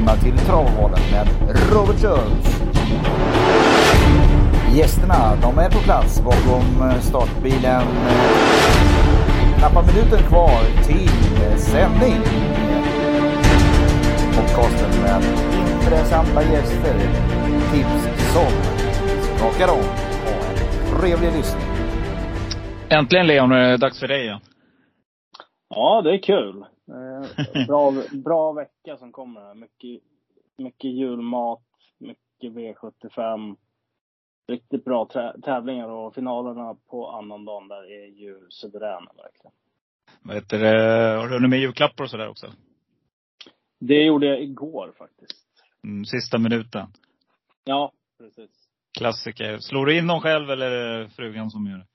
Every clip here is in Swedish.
välkomna till Travvalen med Robert Schultz. Gästerna, de är på plats bakom startbilen. Knappa minuter kvar till sändning. Podcasten med intressanta gäster. Tips som skakar om och en trevlig lyssning. Äntligen Leon, är det dags för dig. Ja, det är kul. Bra vecka som kommer här. Mycket julmat, mycket V75. Riktigt bra tävlingar och finalerna på annandagen där är ju suveräna verkligen. Har du med julklappar och sådär också? Det gjorde jag igår faktiskt. Sista minuten. Ja, precis. Klassiker. Slår du in dem själv eller är det frugan som gör det?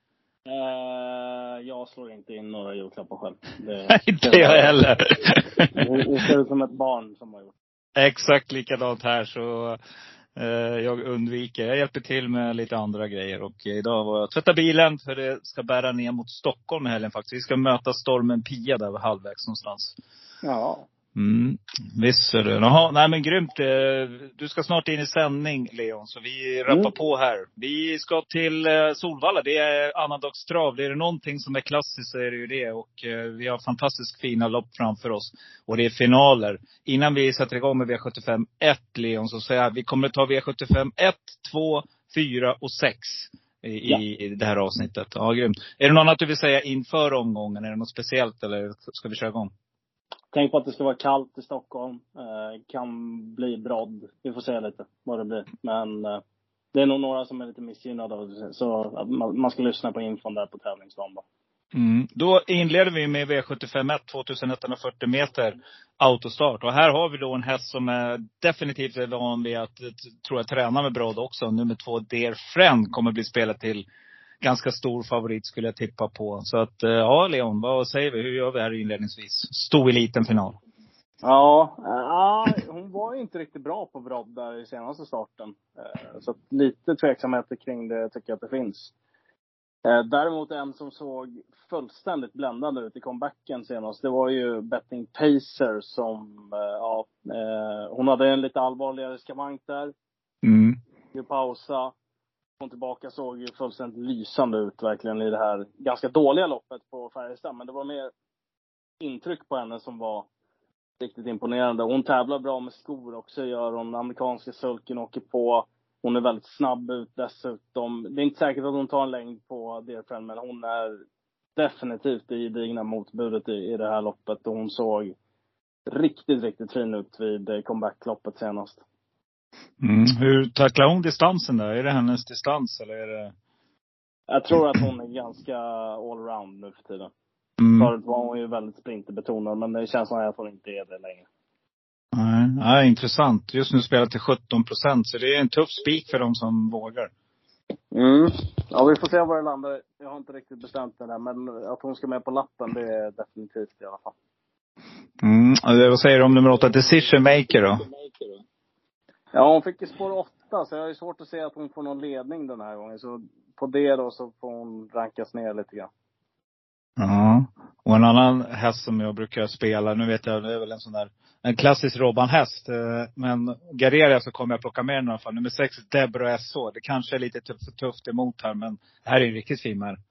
Jag slår inte in några julklappar själv. Inte jag heller. Det ser ut som ett barn som har gjort. Exakt likadant här, så jag undviker. Jag hjälper till med lite andra grejer. Och idag var jag tvätta bilen för det ska bära ner mot Stockholm i helgen faktiskt. Vi ska möta stormen Pia där halvvägs någonstans. Ja. Visst är det. Jaha, nej men grymt. Du ska snart in i sändning, Leon. Så vi rappar på här. Vi ska till Solvalla. Det är annandagstrav. Det är någonting som är klassiskt så är det ju det. Och vi har fantastiskt fina lopp framför oss. Och det är finaler. Innan vi sätter igång med V75 1, Leon, så säger jag att vi kommer att ta V75 1, 2, 4 och 6 i det här avsnittet. Ja, grymt. Är det något att du vill säga inför omgången? Är det något speciellt eller ska vi köra igång? Tänk på att det ska vara kallt i Stockholm. Kan bli brodd. Vi får se lite vad det blir. Men det är nog några som är lite missgynnade. Så man ska lyssna på infon där på tävlingsdagen. Då inleder vi med V75 1, 2140 meter autostart. Och här har vi då en häst som är definitivt van vid att, tror jag, träna med brodd också. Nummer 2, Dear Friend, kommer bli spelat till ganska stor favorit skulle jag tippa på. Så att, ja Leon, vad säger vi? Hur gör vi här inledningsvis? Stor i liten final. Ja, hon var ju inte riktigt bra på brodd där i senaste starten. Så att lite tveksamheter kring det tycker jag att det finns. Däremot en som såg fullständigt bländande ut i comebacken senast. Det var ju Betting Pacer som, hon hade en lite allvarligare skavank där. Ju pausa. Hon tillbaka såg ju fullständigt lysande ut verkligen i det här ganska dåliga loppet på Färjestad. Men det var mer intryck på henne som var riktigt imponerande. Hon tävlar bra med skor också, gör hon. Amerikanska sulken åker på. Hon är väldigt snabb ut dessutom. Det är inte säkert att hon tar en längd på Dear Friend, men hon är definitivt i det egna motbudet i det här loppet. Och hon såg riktigt, riktigt fin ut vid comeback-loppet senast. Hur tacklar hon distansen där? Är det hennes distans eller är det... Jag tror att hon är ganska allround nu för tiden. Förut var hon ju väldigt sprinterbetonad, men det känns som att hon inte är det längre. Nej, intressant. Just nu spelar till 17%, så det är en tuff spik för de som vågar. Ja, vi får se var det landar. Jag har inte riktigt bestämt det där, men att hon ska med på lappen, det är definitivt i alla fall. Vad säger du om nummer 8, Decision Maker då? Ja, hon fick ju spår 8, så jag har ju svårt att se att hon får någon ledning den här gången. Så på det då så får hon rankas ner lite grann. Ja, och en annan häst som jag brukar spela, nu vet jag, det är väl en sån där, en klassisk Robban-häst. Men Gareria så kommer jag plocka med den i alla fall. Nummer 6, Deborah S.O. Det kanske är lite tufft emot här, men det här är en riktigt fin här.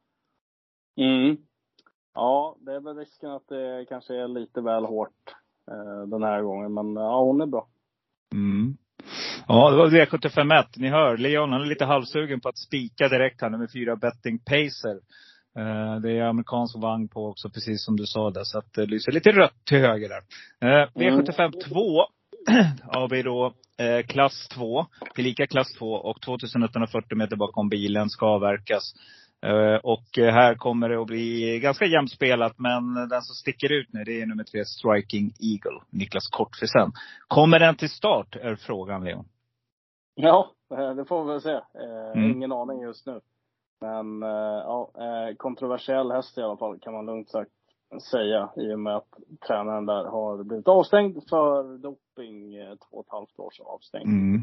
Ja, det är väl risken att det kanske är lite väl hårt den här gången. Men ja, hon är bra. Ja, det var V75-1. Ni hör, Leon han är lite halvsugen på att spika direkt här. Nummer 4, Betting Pacer. Det är amerikansk vagn på också, precis som du sa där. Så att det lyser lite rött till höger där. V75 2 har vi då klass 2. Till lika klass 2 och 2140 meter bakom bilen ska avverkas. Och här kommer det att bli ganska jämnt spelat. Men den som sticker ut nu, det är nummer 3, Striking Eagle, Niklas Kortfrisen. Kommer den till start är frågan, Leon. Ja, det får vi väl se. Ingen aning just nu. Men kontroversiell häst i alla fall, kan man lugnt sagt säga. I och med att tränaren där har blivit avstängd för doping 2,5 års avstängning.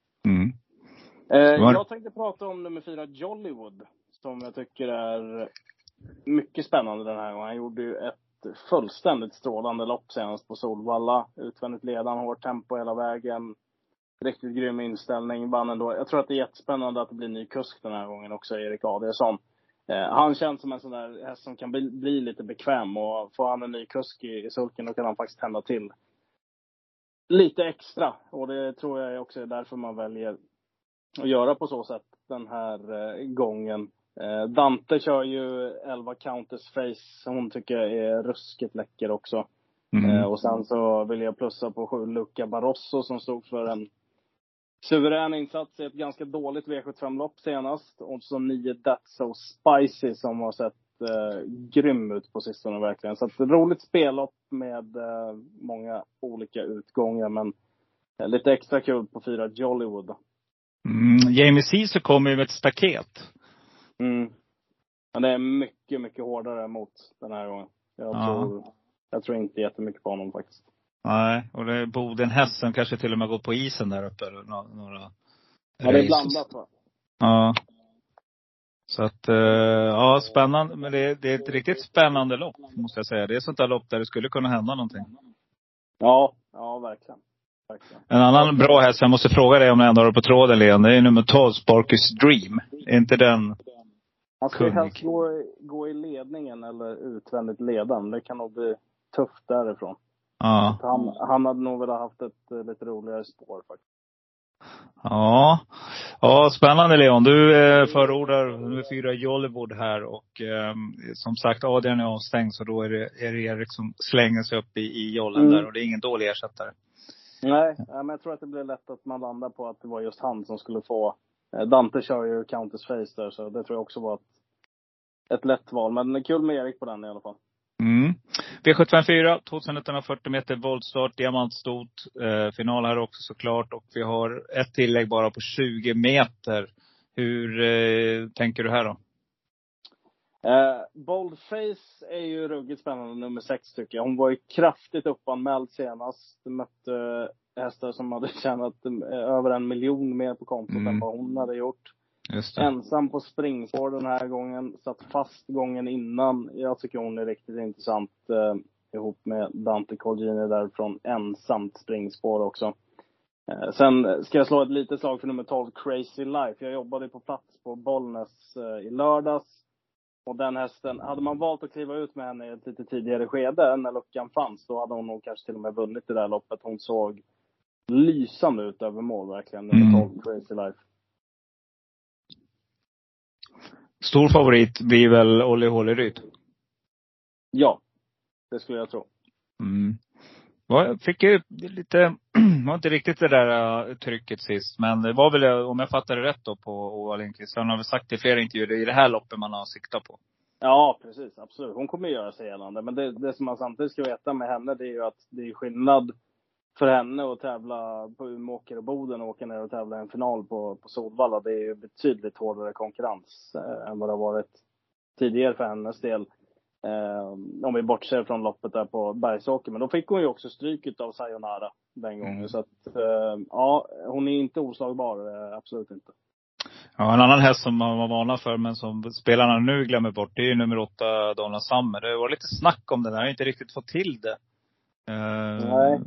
Jag tänkte prata om nummer 4, Jollywood. Som jag tycker är mycket spännande den här gången. Han gjorde ju ett fullständigt strålande lopp senast på Solvalla. Utvändigt ledan, hårt tempo hela vägen. Riktigt grym inställning, vann ändå. Jag tror att det är jättespännande att det blir ny kusk den här gången också, Erik Adielsson. Han känns som en sån där häst som kan bli lite bekväm. Och får han en ny kusk i sulken, då kan han faktiskt tända till lite extra. Och det tror jag också är därför man väljer att göra på så sätt den här gången. Dante kör ju 11 Countess Face. Hon tycker jag är ruskigt läcker också. Och sen så vill jag plussa på 7 Luca Barroso som stod för en suverän insats i ett ganska dåligt V75-lopp senast. Och så 9 That's So Spicy som har sett grym ut på sistone verkligen. Så ett roligt spellopp med många olika utgångar. Men lite extra kul på 4 Jollywood. Jamie Ceesay kommer ju med ett staket. Men det är mycket, mycket hårdare mot den här gången. Jag tror inte jättemycket på honom faktiskt. Nej, och det är Bodenhäst som kanske till och med går på isen där uppe. Några ja, det är blandat va? Ja. Så att, ja, spännande. Men det är ett riktigt spännande lopp, måste jag säga. Det är sånt där lopp där det skulle kunna hända någonting. Ja, verkligen. En annan bra häst, jag måste fråga dig om jag ändå har på tråden, Leon. Det är nummer 12, Sparkus Dream. Är inte den han ska helst gå i ledningen eller utvändigt ledan. Det kan nog bli tufft därifrån. Ja. Han hade nog väl haft ett lite roligare spår faktiskt. Ja, spännande Leon. Du förordar nummer 4 Jollywood här. Och som sagt, Adrian är avstängd. Så då är det Erik som slänger sig upp i jollen där. Och det är ingen dålig ersättare. Nej, men jag tror att det blir lätt att man landar på att det var just han som skulle få. Dante kör ju Countess Face där. Så det tror jag också var ett lätt val. Men det är kul med Erik på den i alla fall. V754, 2140 meter voltstart, diamantstot, final här också såklart. Och vi har ett tillägg bara på 20 meter. Hur tänker du här då? Boldface är ju ruggigt spännande, nummer 6 tycker jag. Hon var ju kraftigt uppanmäld senast. Mötte hästar som hade tjänat över 1 miljon mer på kontot än vad hon hade gjort. Ensam på springspår den här gången. Satt fast gången innan. Jag tycker hon är riktigt intressant ihop med Dante Colgjini där från ensamt springspår också. Sen ska jag slå ett litet slag för nummer 12 Crazy Life. Jag jobbade på plats på Bollnäs i lördags. Och den hästen, hade man valt att kliva ut med henne i ett lite tidigare skede när luckan fanns, då hade hon nog kanske till och med vunnit det där loppet. Hon såg lysande ut över mål verkligen, nummer 12 Crazy Life. Stor favorit blir väl Olli Håleryd? Ja, det skulle jag tro. Jag fick ju lite, var inte riktigt det där trycket sist. Men det var väl, om jag fattade rätt då på Ola Lindqvist. Han har väl sagt i flera intervjuer, det är det här loppet man har siktat på. Ja, precis. Absolut. Hon kommer göra sig gällande. Men det som man samtidigt ska veta med henne, det är ju att det är skillnad för henne att tävla på Umeåker och Boden och åka ner och tävla en final på Solvalla. Det är ju betydligt hårdare konkurrens än vad det har varit tidigare för hennes del. Om vi bortser från loppet där på Bergsåker. Men då fick hon ju också stryket av Sayonara den gången. Så att, ja, hon är inte oslagbar. Absolut inte. Ja, en annan häst som man var vana för, men som spelarna nu glömmer bort, det är ju nummer 8 Donna Summer. Det var lite snack om den här. Jag har inte riktigt fått till det. Nej.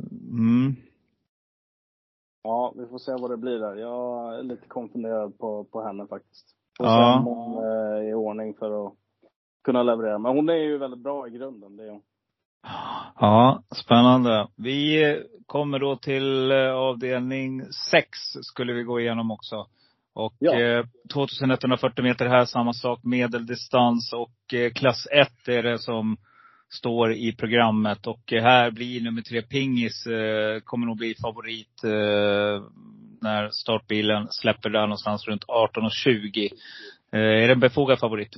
Ja, vi får se vad det blir där. Jag är lite konfunderad på henne faktiskt. Får se om hon är i ordning för att kunna leverera. Men hon är ju väldigt bra i grunden, det är hon. Ja, spännande. Vi kommer då till avdelning 6 skulle vi gå igenom också. Och 2140 meter här, samma sak, medeldistans. Och klass 1 är det som står i programmet. Och här blir nummer 3 Pingis, kommer nog bli favorit när startbilen släpper där någonstans runt 18:20. Är det en befogad favorit?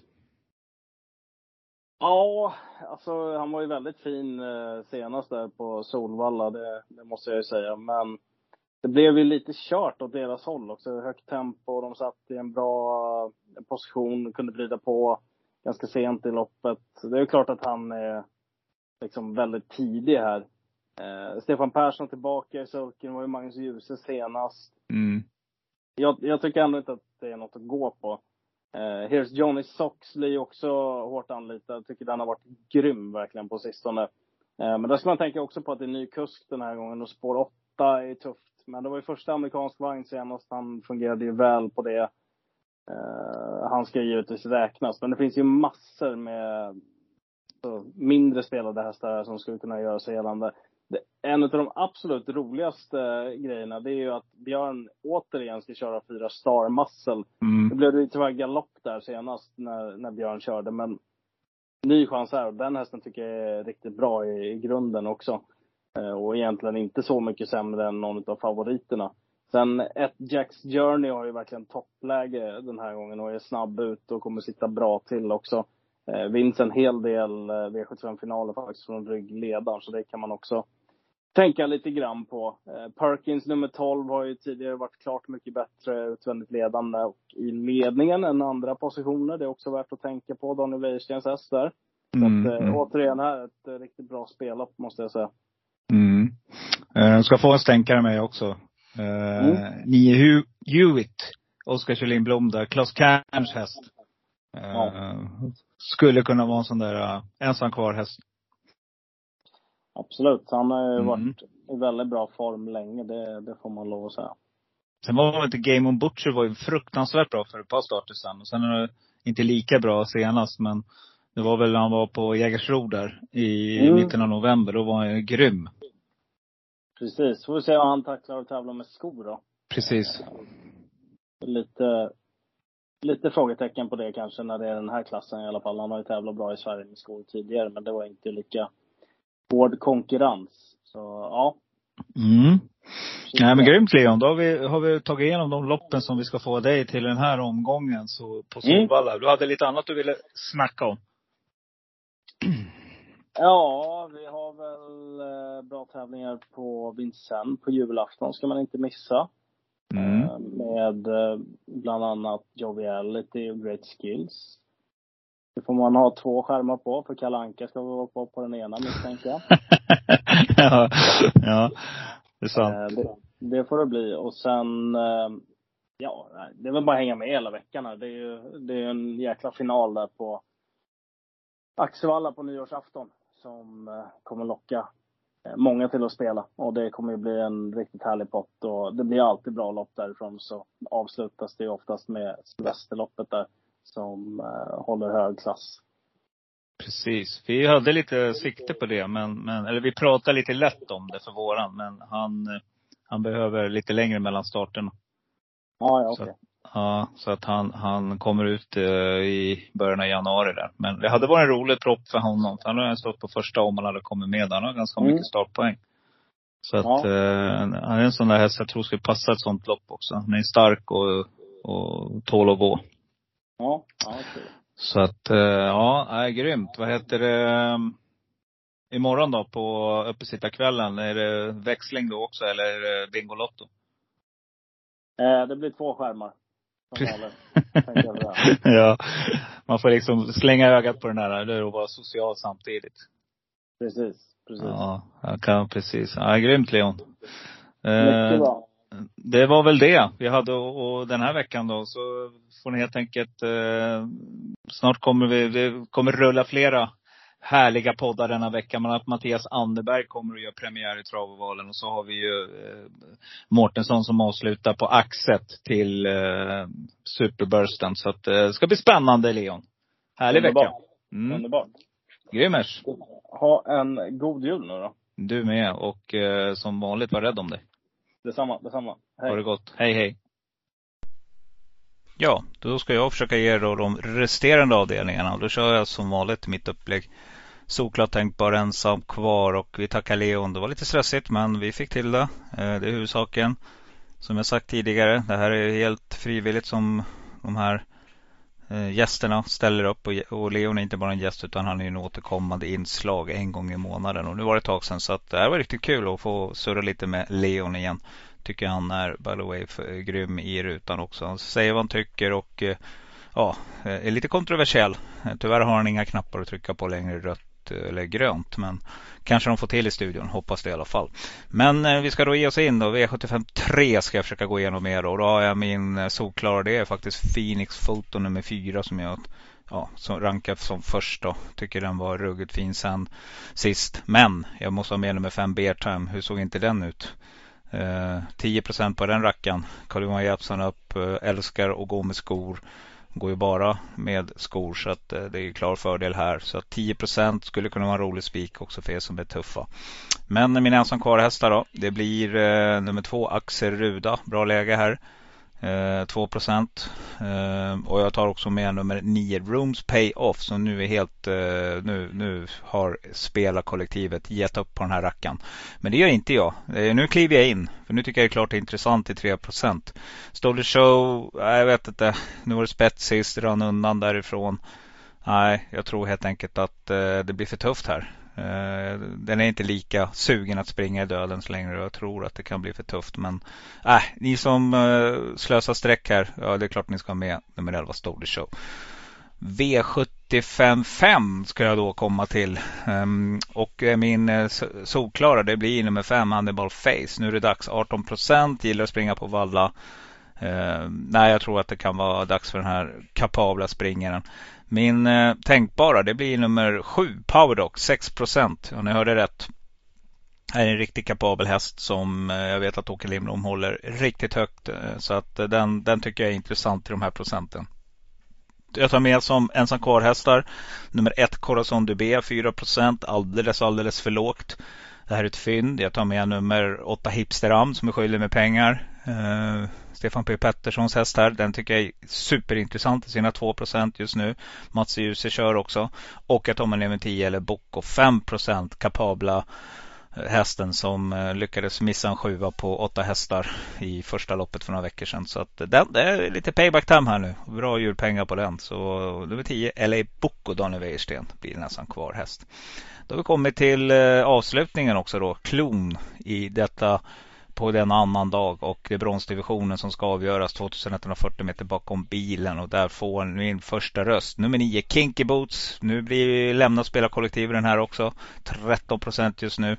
Ja, alltså han var ju väldigt fin senast där på Solvalla, det måste jag ju säga. Men det blev ju lite kört åt deras håll också. Högt tempo, de satt i en bra position, kunde vrida på ganska sent i loppet. Det är ju klart att han är liksom väldigt tidig här. Stefan Persson tillbaka i sulken, var ju Magnus Djuse senast. Jag tycker ändå inte att det är något att gå på. Here's Johnny Soxley också hårt anlitad. Jag tycker den har varit grym verkligen på sistone. Men där ska man tänka också på att det är ny kusk den här gången och spår 8 är tufft. Men det var ju första amerikansk vagn senast. Han fungerade ju väl på det. Han ska ju givetvis räknas. Men det finns ju massor med mindre spelade hästar som skulle kunna göra sig gällande. En av de absolut roligaste grejerna, det är ju att Björn återigen ska köra 4 Star Muscle. Det blev ju tyvärr galopp där senast när Björn körde. Men ny chans här, och den hästen tycker jag är riktigt bra i grunden också. Och egentligen inte så mycket sämre än någon av favoriterna. Sen ett Jack's Journey har ju verkligen toppläge den här gången och är snabb ut och kommer sitta bra till också. Vinns en hel del V75-finaler faktiskt från ryggledaren, så det kan man också tänka lite grann på. Perkins nummer 12 har ju tidigare varit klart mycket bättre, utvändigt ledande och i ledningen än andra positioner. Det är också värt att tänka på. Daniel Wäjerstens häst där. Så att, återigen här ett riktigt bra spellopp måste jag säga. Ska få en stänkare med också. 9 Hewitt, Oskar Kjellin Blom där, Klas Kerns häst. Skulle kunna vara en sån där ensam kvar häst. Absolut, han har ju varit i väldigt bra form länge, det får man lov att säga. Sen var det inte Game on Butcher, var ju fruktansvärt bra för ett par starter sen. Och sen är det inte lika bra senast, men det var väl han var på Jägersro där i mitten av november. Då var han ju grym. Precis, får vi se om han tacklar och tävlar med skor då. Precis. Lite frågetecken på det kanske när det är den här klassen i alla fall. Han har ju tävlat bra i Sverige med skor tidigare, men det var inte lika hård konkurrens. Så ja. Nej, men grymt Leon. Då har vi tagit igenom de loppen som vi ska få dig till den här omgången så på Solvalla. Du hade lite annat du ville snacka om. Ja, vi har väl bra tävlingar på Vincennes på julafton ska man inte missa. Med bland annat Joviality och Great Skills. Det får man ha 2 skärmar på, för Kalle Anka ska vara på den ena misstänker jag. ja, det är sant. Det får det bli. Och sen, det är väl bara hänga med hela veckan här. Det är en jäkla final där på Axevalla på nyårsafton som kommer locka många till att spela. Och det kommer ju bli en riktigt härlig pott. Och det blir alltid bra lopp därifrån. Så avslutas det oftast med Västerloppet där som håller hög klass. Precis. Vi hade lite sikte på det. Eller vi pratade lite lätt om det för våran. Men han behöver lite längre mellan starten. Ja, okej. Okay. Ja, så att han kommer ut i början av januari där. Men det hade varit en rolig propp för honom. Han har stått på första om han hade kommit med. Han har ganska mycket startpoäng. Så att han är en sån där häst jag tror skulle passa ett sånt lopp också. Han är stark och tål att gå. Ja, okej. Så att, är grymt. Vad heter det? Imorgon då på uppesittarkvällen, är det växling då också eller är det Bingolotto? Det blir 2 skärmar. Ja, man får liksom slänga ögat på den här eller och vara social samtidigt. Precis. Ja, jag kan precis. Ja, grymt Leon. Mycket bra. Det var väl det vi hade och den här veckan då så får ni helt enkelt snart kommer det kommer rulla flera härliga poddar denna vecka. Men att Mattias Anderberg kommer att göra premiär i Travovalen. Och så har vi ju Mårtensson som avslutar på axet till Superbursten. Så att det ska bli spännande Leon. Härlig vecka. Underbart. Grymmers. Ha en god jul nu då. Du med och som vanligt var rädd om dig. Detsamma. Hej. Ha det gott. Hej. Ja, då ska jag försöka ge då de resterande avdelningarna. Då kör jag som vanligt mitt upplägg. Såklart tänkt bara ensam kvar och vi tackar Leon. Det var lite stressigt men vi fick till det. Det är huvudsaken. Som jag sagt tidigare, det här är helt frivilligt som de här gästerna ställer upp. Och Leon är inte bara en gäst utan han är en återkommande inslag en gång i månaden. Och nu var det ett tag sedan så att det här var riktigt kul att få surra lite med Leon igen. Tycker han är by the way grym i rutan också. Han säger vad han tycker och är lite kontroversiell. Tyvärr har han inga knappar att trycka på längre, rött rött eller grönt. Men kanske de får till i studion, hoppas det i alla fall. Men vi ska då ge oss in då. V75 ska jag försöka gå igenom mer. Och då har jag min solklara, det är faktiskt Phoenix Photo nummer 4 som jag som rankar som först då. Tycker den var ruggigt fin sen sist. Men jag måste ha med nummer 5 Bear Time. Hur såg inte den ut? 10% på den rackaren. Carl-Johan Jeppsson upp, älskar att gå med skor. Går ju bara med skor, så att det är klar fördel här. Så att 10% skulle kunna vara en rolig spik också för er som är tuffa. Men min ensam kvar hästar då. Det blir nummer 2 Axel Ruda. Bra läge här. 2%. Och jag tar också med nummer 9 Rooms Pay Off, som nu är helt nu har spelarkollektivet gett upp på den här rackan. Men det gör inte jag. Nu kliver jag in, för nu tycker jag det är klart intressant till 3%. Stole the Show, jag vet inte. Nu var det spetsigt, rann undan därifrån. Nej, jag tror helt enkelt att det blir för tufft här. Den är inte lika sugen att springa i döden så längre. Jag tror att det kan bli för tufft. Men ni som slösar streck här, ja, det är klart ni ska ha med nummer 11 Stole the Show. V75 ska jag då komma till. Och min solklara, det blir nummer 5 Hannibal Face. Nu är det dags, 18%. Gillar att springa på valla. Nej, jag tror att det kan vara dags för den här kapabla springaren. Min tänkbara, det blir nummer 7 Powerdog, 6%. Och ni hörde rätt. Det är en riktigt kapabel häst som jag vet att Åke Lindblom håller riktigt högt. Så att den tycker jag är intressant i de här procenten. Jag tar med som ensam kvarhästar nummer 1 Corazon Dubé, 4%, alldeles för lågt. Det här är ett fynd. Jag tar med nummer 8 Hipsteram som är skyldig med pengar. Stefan P. Petterssons häst här, den tycker jag är superintressant i sina 2% just nu. Mats Djuse kör också. Och jag tar med nummer 10 eller Bocco, 5% kapabla hästen som lyckades missa en 7 på 8 hästar i första loppet för några veckor sedan. Så att det är lite payback time här nu. Bra djurpengar på den. Så nummer 10 LA Bocco, Daniel Wäjersten, blir nästan kvar häst. Då har vi kommit till avslutningen också då. Klon i detta på den annan dag, och det är bronsdivisionen som ska avgöras 2140 meter bakom bilen, och där får min första röst nummer 9 Kinky Boots. Nu blir lämnat spelarkollektiv den här också, 13% just nu.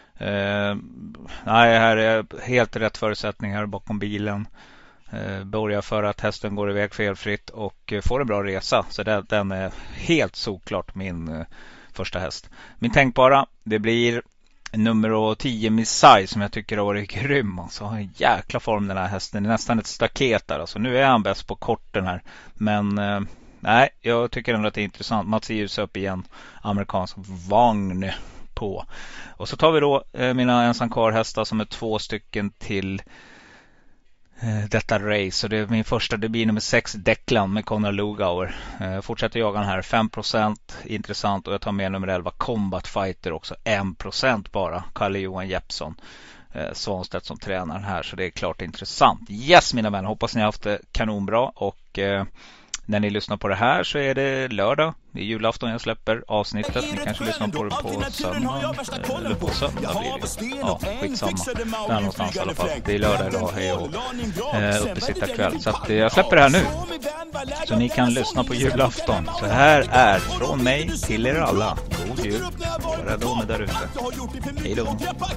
Nej, här är helt rätt förutsättning här bakom bilen. Börjar för att hästen går iväg felfritt och får en bra resa, så den är helt såklart min första häst. Min tänkbara, det blir nummer 10 Missai, som jag tycker har varit grym. Alltså, har en jäkla form den här hästen. Det är nästan ett staket där. Alltså, nu är han bäst på korten här. Men nej, jag tycker ändå att det är intressant. Mats Djuse upp igen. Amerikansk vagn på. Och så tar vi då mina ensam kvar-hästar som är 2 stycken till detta race. Och det är min första, det blir nummer 6 Declan med Conor Lugauer. Fortsätter jaga den här, 5% intressant, och jag tar med nummer 11 Combat Fighter också, 1% bara. Carl-Johan Jeppsson, Svanstedt som tränar här, så det är klart intressant. Yes mina vänner, hoppas ni har haft det kanonbra, och när ni lyssnar på det här så är det lördag. Det är julafton jag släpper avsnittet. Ni kanske lyssnar på det på söndag. Eller på söndag blir det. Ja, skitsamma. Där någonstans i alla fall. Det är lördag idag. Hej och uppesitta kväll. Så att jag släpper det här nu. Så ni kan lyssna på julafton. Så här är från mig till er alla. God jul. Var rädda om er där ute. Hej då.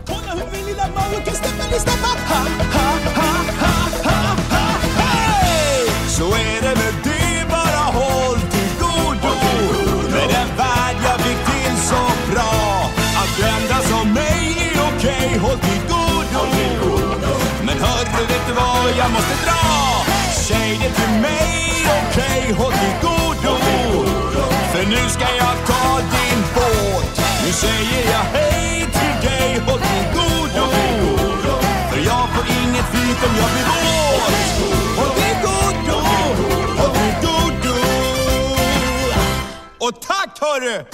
Så är det med det, bara håll till godo. Med den värld jag fick till så bra. Att enda som mig är okej, håll till godo. Men hörru, vet du vad jag måste dra? Säg det till mig, okej, håll till godo. För nu ska jag ta din båt. Nu säger jag hej till dig, håll till godo. För jag får inget flyt om jag blir våt. Håll till godo. Och tack hörru!